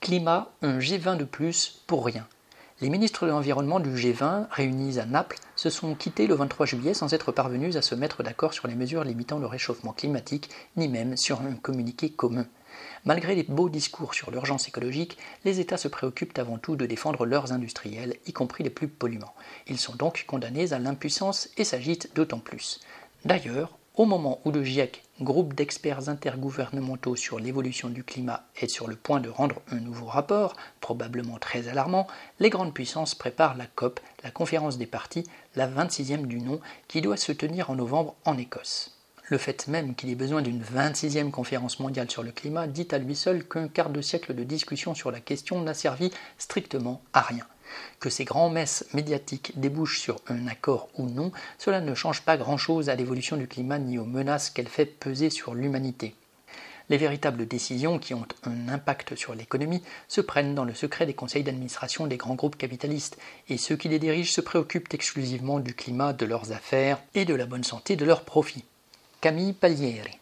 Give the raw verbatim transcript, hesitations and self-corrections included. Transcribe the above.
Climat, un G vingt de plus pour rien. Les ministres de l'Environnement du G vingt, réunis à Naples, se sont quittés le vingt-trois juillet sans être parvenus à se mettre d'accord sur les mesures limitant le réchauffement climatique, ni même sur un communiqué commun. Malgré les beaux discours sur l'urgence écologique, les États se préoccupent avant tout de défendre leurs industriels, y compris les plus polluants. Ils sont donc condamnés à l'impuissance et s'agitent d'autant plus. D'ailleurs, au moment où le GIEC, groupe d'experts intergouvernementaux sur l'évolution du climat, est sur le point de rendre un nouveau rapport, probablement très alarmant, les grandes puissances préparent la COP, la conférence des parties, la vingt-sixième du nom, qui doit se tenir en novembre en Écosse. Le fait même qu'il y ait besoin d'une vingt-sixième conférence mondiale sur le climat dit à lui seul qu'un quart de siècle de discussion sur la question n'a servi strictement à rien. Que ces grands-messes médiatiques débouchent sur un accord ou non, cela ne change pas grand-chose à l'évolution du climat ni aux menaces qu'elle fait peser sur l'humanité. Les véritables décisions qui ont un impact sur l'économie se prennent dans le secret des conseils d'administration des grands groupes capitalistes, et ceux qui les dirigent se préoccupent exclusivement du climat de leurs affaires et de la bonne santé de leurs profits. Camille Paglieri.